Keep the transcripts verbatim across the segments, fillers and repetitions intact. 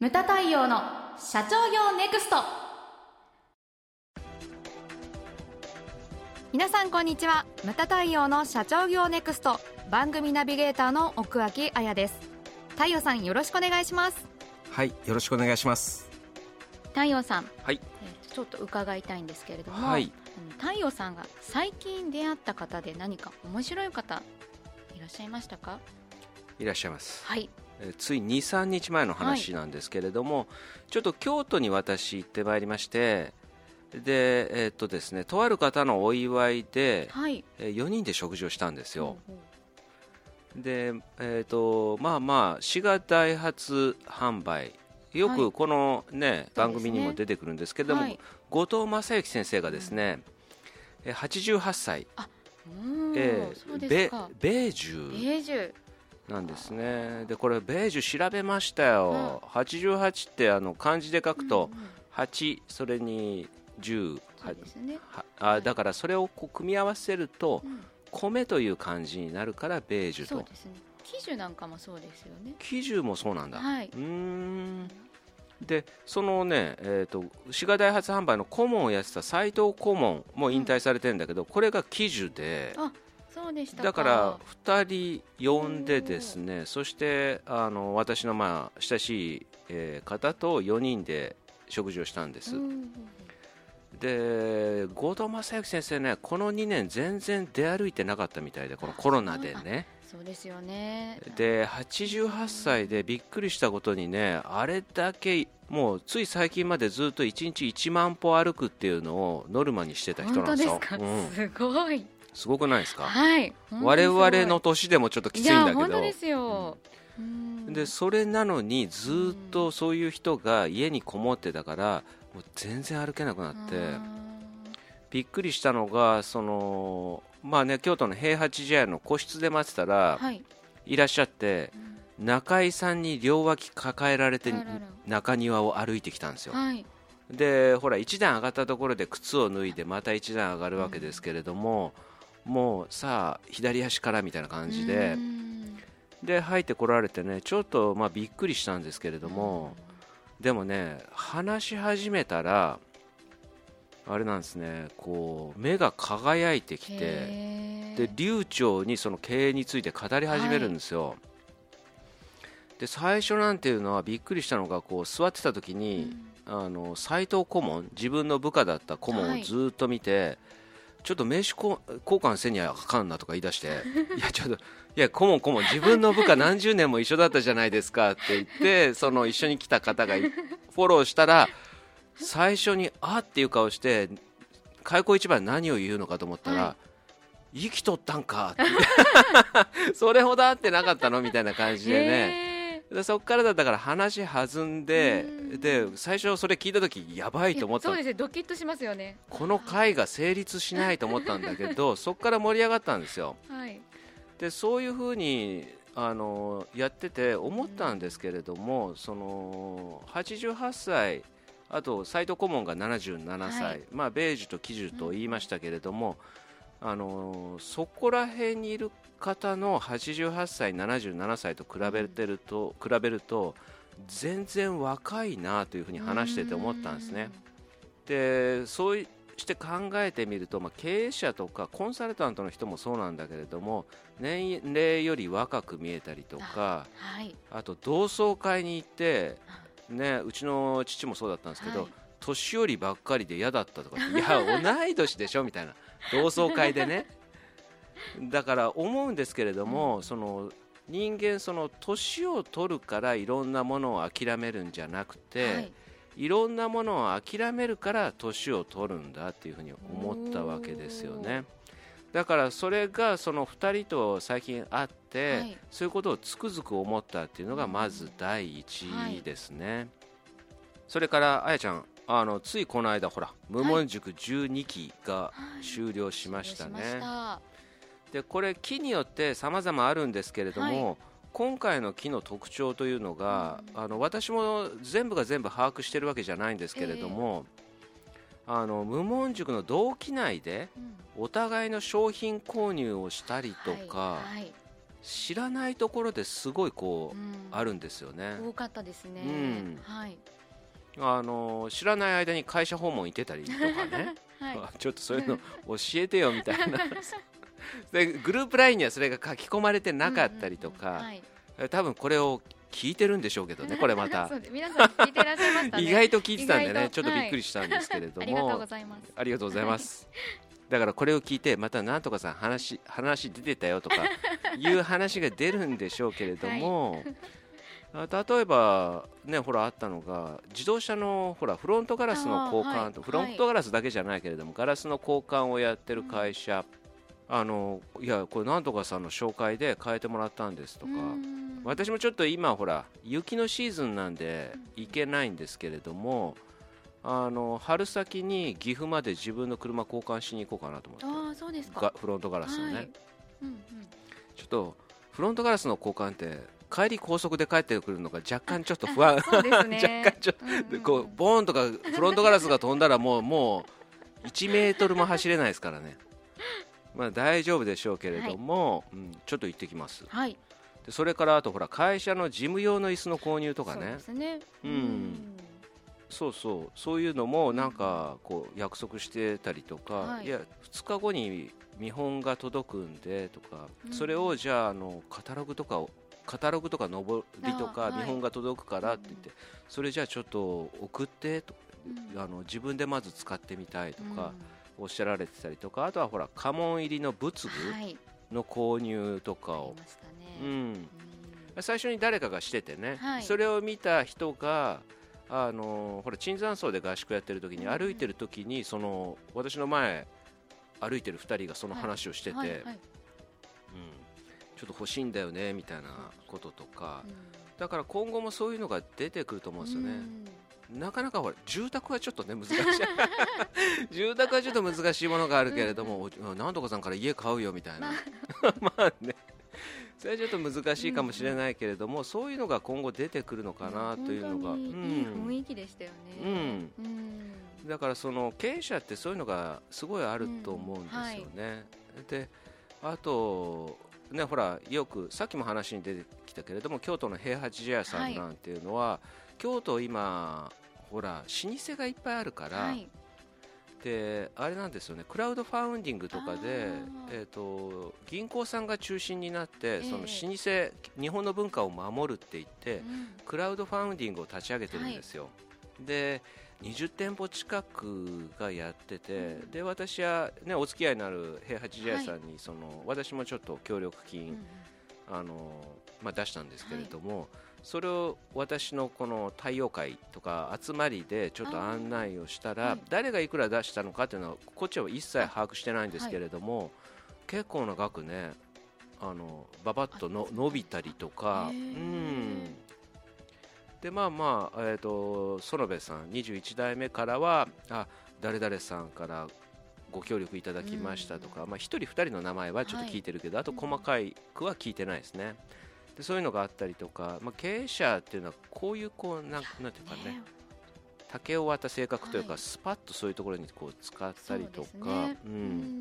ムタ太陽の社長業ネクスト。皆さんこんにちは。ムタ太陽の社長業ネクスト番組ナビゲーターの奥脇彩です。太陽さん、よろしくお願いします。 はい、よろしくお願いします。 太陽さん、 はい、 えー、ちょっと伺いたいんですけれども、 はい、 太陽さんが最近出会った方で何か面白い方いらっしゃいましたか？ いらっしゃいます。 はい、 えー、つい にさんにちまえの話なんですけれども、はい、ちょっと京都に私行ってまいりまして、で、えーっとですね、とある方のお祝いで、はい、えー、よにんで食事をしたんですよ。うんうん、で、えーっとまあまあ滋賀ダイハツ販売、よくこの、ね、はい、番組にも出てくるんですけれども、はい、後藤正幸先生がですね、うん、はちじゅうはっさい、あ、えー、そうですか、米寿なんですね。でこれ米寿調べましたよ、うん、はちじゅうはちってあの漢字で書くと、うんうん、はち、それにじゅう、そうですね、あ、だからそれをこう組み合わせると、うん、米という漢字になるから米寿と。 そうですね、喜寿なんかもそうですよね。 喜寿もそうなんだ、はい、うーん。でそのね、えーと、滋賀ダイハツ販売の顧問をやってた斉藤顧問も引退されてるんだけど、うん、これが喜寿で、 あ、そうでしたか。 だからふたり呼んでですね、そしてあの私のまあ親しい、えー、方とよにんで食事をしたんです。で後藤正幸先生ね、このにねん全然出歩いてなかったみたいで、このコロナでね。 そうですよね。 ではちじゅうはっさいでびっくりしたことにね、あれだけもうつい最近までずっといちにちいちまんぽ歩くっていうのをノルマにしてた人なんですよ。 本当ですか、うん、すごい、 すごくないですか？ はい、 我々の年でもちょっときついんだけど。 いや本当ですよ、 うん、でそれなのにずっとそういう人が家にこもってたから、もう全然歩けなくなって、びっくりしたのが、そのまあね、京都の平八茶屋の個室で待ってたら、はい、いらっしゃって、うん、中井さんに両脇抱えられて中庭を歩いてきたんですよ、はい、でほら一段上がったところで靴を脱いでまた一段上がるわけですけれども、うん、もうさあ左足からみたいな感じで、で入ってこられてね、ちょっとまあびっくりしたんですけれども、でもね話し始めたらあれなんですね、こう目が輝いてきて、で流暢にその経営について語り始めるんですよ、はい、で最初なんていうのはびっくりしたのが、こう座ってた時に、うん、あの斉藤顧問、自分の部下だった顧問をずっと見て、はい、ちょっと名刺交換せにはあかんなとか言い出していやちょっと、いや顧問顧問、自分の部下何十年も一緒だったじゃないですかって言ってその一緒に来た方がフォローしたら、最初にあっていう顔して開口一番何を言うのかと思ったら、はい、生きとったんかってそれほど会ってなかったのみたいな感じでね、でそこからだったから話弾んで、で最初それ聞いた時やばいと思った。 そうですね、ドキッとしますよね。 この会が成立しないと思ったんだけどそこから盛り上がったんですよ、はい、でそういう風にあのやってて思ったんですけれども、そのはちじゅうはっさい、あと斉藤顧問がななじゅうななさい、はい、まあ、米寿と喜寿と言いましたけれども、うん、あのそこら辺にいる方のはちじゅうはっさいななじゅうななさいと比べてると、うん、比べると全然若いなというふうに話してて思ったんですね。でそうして考えてみると、まあ、経営者とかコンサルタントの人もそうなんだけれども、年齢より若く見えたりとか、あ、はい、あと同窓会に行ってね、うちの父もそうだったんですけど、はい、年寄りばっかりで嫌だったとかいや同い年でしょみたいな、同窓会でねだから思うんですけれども、うん、その人間、その年を取るからいろんなものを諦めるんじゃなくて、はい、いろんなものを諦めるから年を取るんだっていうふうに思ったわけですよね。だからそれがそのふたりと最近会って、はい、そういうことをつくづく思ったっていうのがまず第一ですね、はい、それからあやちゃん、あのついこの間ほら無門塾じゅうにきが終了しましたね、はいはい、しました。でこれ期によって様々あるんですけれども、はい、今回の期の特徴というのが、うん、あの私も全部が全部把握してるわけじゃないんですけれども、えーあの無門塾の同期内でお互いの商品購入をしたりとか、はいはい、 知らないところですごいこう、うん、あるんですよね。 多かったですね、うんはい、 あの知らない間に会社訪問行ってたりとかね、はい、ちょっとそういうの教えてよみたいなでグループラインにはそれが書き込まれてなかったりとか、うんうんうんはい、多分これを聞いてるんでしょうけどね、これまたそうで皆さん聞いてらっしゃいましたね。 意外と聞いてたんでね、ちょっとびっくりしたんですけれども、 はい、ありがとうございます。 ありがとうございます、はい、だからこれを聞いてまたなんとかさん 話, 話出てたよとかいう話が出るんでしょうけれども、はい、例えばね、ほらあったのが自動車のほらフロントガラスの交換と、はい、フロントガラスだけじゃないけれども、はい、ガラスの交換をやってる会社、うん、あのいやこれなんとかさんの紹介で変えてもらったんですとか、私もちょっと今ほら雪のシーズンなんで行けないんですけれども、あの春先に岐阜まで自分の車交換しに行こうかなと思って。 あ、そうですか。 フロントガラスのね、はいうんうん、 ちょっとフロントガラスの交換って帰り高速で帰ってくるのが若干ちょっと不安そうですね若干ちょっと、うんうん、こうボーンとかフロントガラスが飛んだらもうもういちメートルも走れないですからねまあ大丈夫でしょうけれども、はいうん、ちょっと行ってきます、 はい、 でそれからあとほら会社の事務用の椅子の購入とかね、 そうですね、 うん、そうそうそういうのもなんかこう約束してたりとか、はい、いやふつかごに見本が届くんでとか、うん、それをじゃあ、あのカタログとかをカタログとか上りとか見本が届くからって言って、はい、それじゃあちょっと送ってと、うん、あの自分でまず使ってみたいとかおっしゃられてたりとか、あとはほら家紋入りの仏具の購入とかを、はいうん、最初に誰かがしててね、はい、それを見た人があのほら椿山荘で合宿やってる時に歩いてる時にその私の前歩いてるふたりがその話をしてて、はいはいはいうん、ちょっと欲しいんだよねみたいなこととか、うん、だから今後もそういうのが出てくると思うんですよね、うん、なかなかほら住宅はちょっとね難しい住宅はちょっと難しいものがあるけれども、うん、なんとかさんから家買うよみたいなまあねそれはちょっと難しいかもしれないけれども、うん、そういうのが今後出てくるのかなというのが、 うん、いい雰囲気でしたよね、 うんうん、だからその経営者ってそういうのがすごいあると思うんですよね、うんはい、であとねほらよくさっきも話に出てきたけれども京都の平八茶屋さんなんていうのは、はい、京都今ほら老舗がいっぱいあるから、はいであれなんですよね、クラウドファウンディングとかで、えー、と銀行さんが中心になって、えー、その老舗日本の文化を守るって言って、うん、クラウドファウンディングを立ち上げてるんですよ、はい、でにじゅってんぽ近くがやってて、うん、で私は、ね、お付き合いのある平八茶屋さんに、はい、その私もちょっと協力金、うんあのまあ、出したんですけれども、はいそれを私のこの太陽会とか集まりでちょっと案内をしたら、はい、誰がいくら出したのかというのはこっちは一切把握してないんですけれども、はい、結構な額ねあのババッとの伸びたりとか、うんでまあまあ、えーと、園部さんにじゅういち代目からはあ誰々さんからご協力いただきましたとか、まあ、ひとりふたりの名前はちょっと聞いてるけど、はい、あと細かい句は聞いてないですね。でそういうのがあったりとか、まあ、経営者っていうのはこういうこうなんなんていうかね竹を割った性格というか、はい、スパッとそういうところにこう使ったりとか、う、ねうん、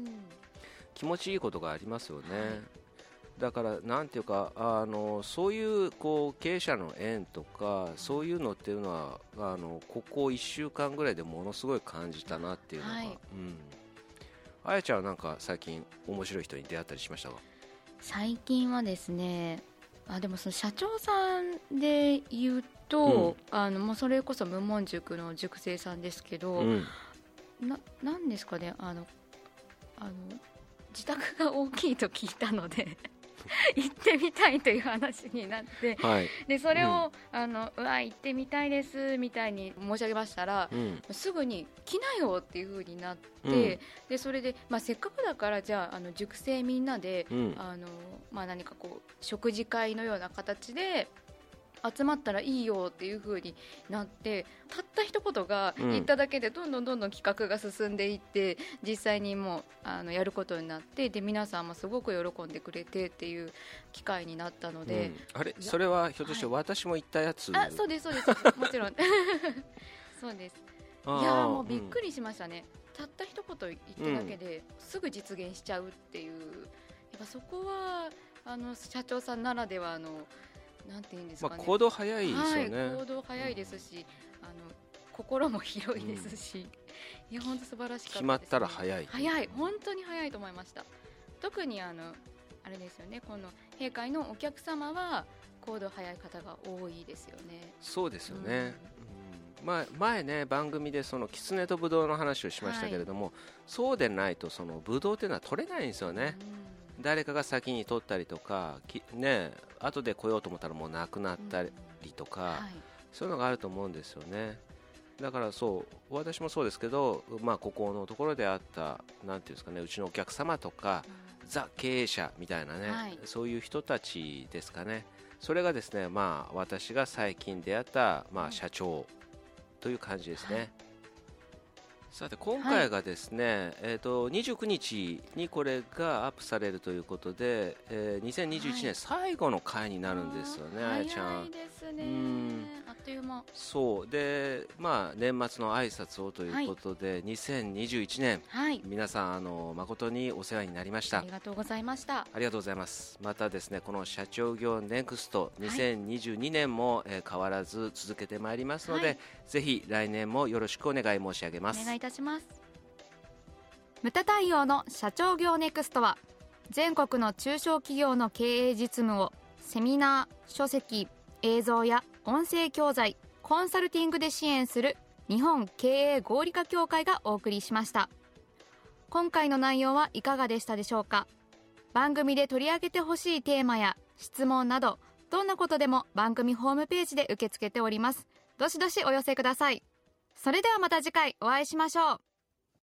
気持ちいいことがありますよね、はい、だからなんていうかあのそういうこう経営者の縁とかそういうのっていうのはあのここいっしゅうかんぐらいでものすごい感じたなっていうのが、はいうん、あやちゃんはなんか最近面白い人に出会ったりしましたか？ 最近はですねあでもその社長さんで言うと、うん、あのもうそれこそ無門塾の塾生さんですけど、うん、ななんですかねあのあの自宅が大きいと聞いたので行ってみたいという話になって、はい、でそれを、うん、あのうわ行ってみたいですみたいに申し上げましたら、うん、すぐに来なよっていう風になって、うん、でそれで、まあ、せっかくだからじゃあ、あの塾生みんなで、うんあのまあ、何かこう食事会のような形で集まったらいいよっていう風になってたった一言が言っただけでどんどんどんどん企画が進んでいって実際にもうあのやることになってで皆さんもすごく喜んでくれてっていう機会になったので、うん、 あれそれはひょっとして私も言ったやつ、 はい、あそうですそうですもちろんそうですいやもうびっくりしましたね、うん、たった一言言っただけですぐ実現しちゃうっていうやっぱそこはあの社長さんならではのなんていうんですかね、 まあ、行動早いですよね、 はい、行動早いですし、うん、あの心も広いですし、うん、いや本当素晴らしかったですね。 決まったら早い、 早い、本当に早いと思いました。特にあのあれですよね、この閉会のお客様は行動早い方が多いですよね。 そうですよね、うん、まあ、前ね番組でそのキツネとブドウの話をしましたけれども、はい、そうでないとそのブドウっていうのは取れないんですよね、うん、誰かが先に取ったりとかき、ね、後で来ようと思ったらもうなくなったりとか、うん、はい、そういうのがあると思うんですよね。だからそう私もそうですけど、まあ、ここのところであったなんていうんですかね、うちのお客様とか、うん、ザ経営者みたいなね、はい、そういう人たちですかね。それがですね、まあ、私が最近出会った、まあ、社長という感じですね、はい、さて今回がですね、はい、えー、とにじゅうくにちにこれがアップされるということで、えー、にせんにじゅういちねん最後の回になるんですよね、あやちゃん。 早いですね、うん、あっという間。そうで、まあ、年末の挨拶をということで、はい、にせんにじゅういちねん、はい、皆さんあの誠にお世話になりました。 ありがとうございました。 ありがとうございます。またですね、この社長業ネクストにせんにじゅうにねんも、はい、えー、変わらず続けてまいりますので、はい、ぜひ来年もよろしくお願い申し上げます。 お願いいたします。 ムタ対応の社長業ネクストは全国の中小企業の経営実務をセミナー、書籍、映像や音声教材、コンサルティングで支援する日本経営合理化協会がお送りしました。今回の内容はいかがでしたでしょうか。番組で取り上げてほしいテーマや質問などどんなことでも番組ホームページで受け付けております。どしどしお寄せください。それではまた次回お会いしましょう。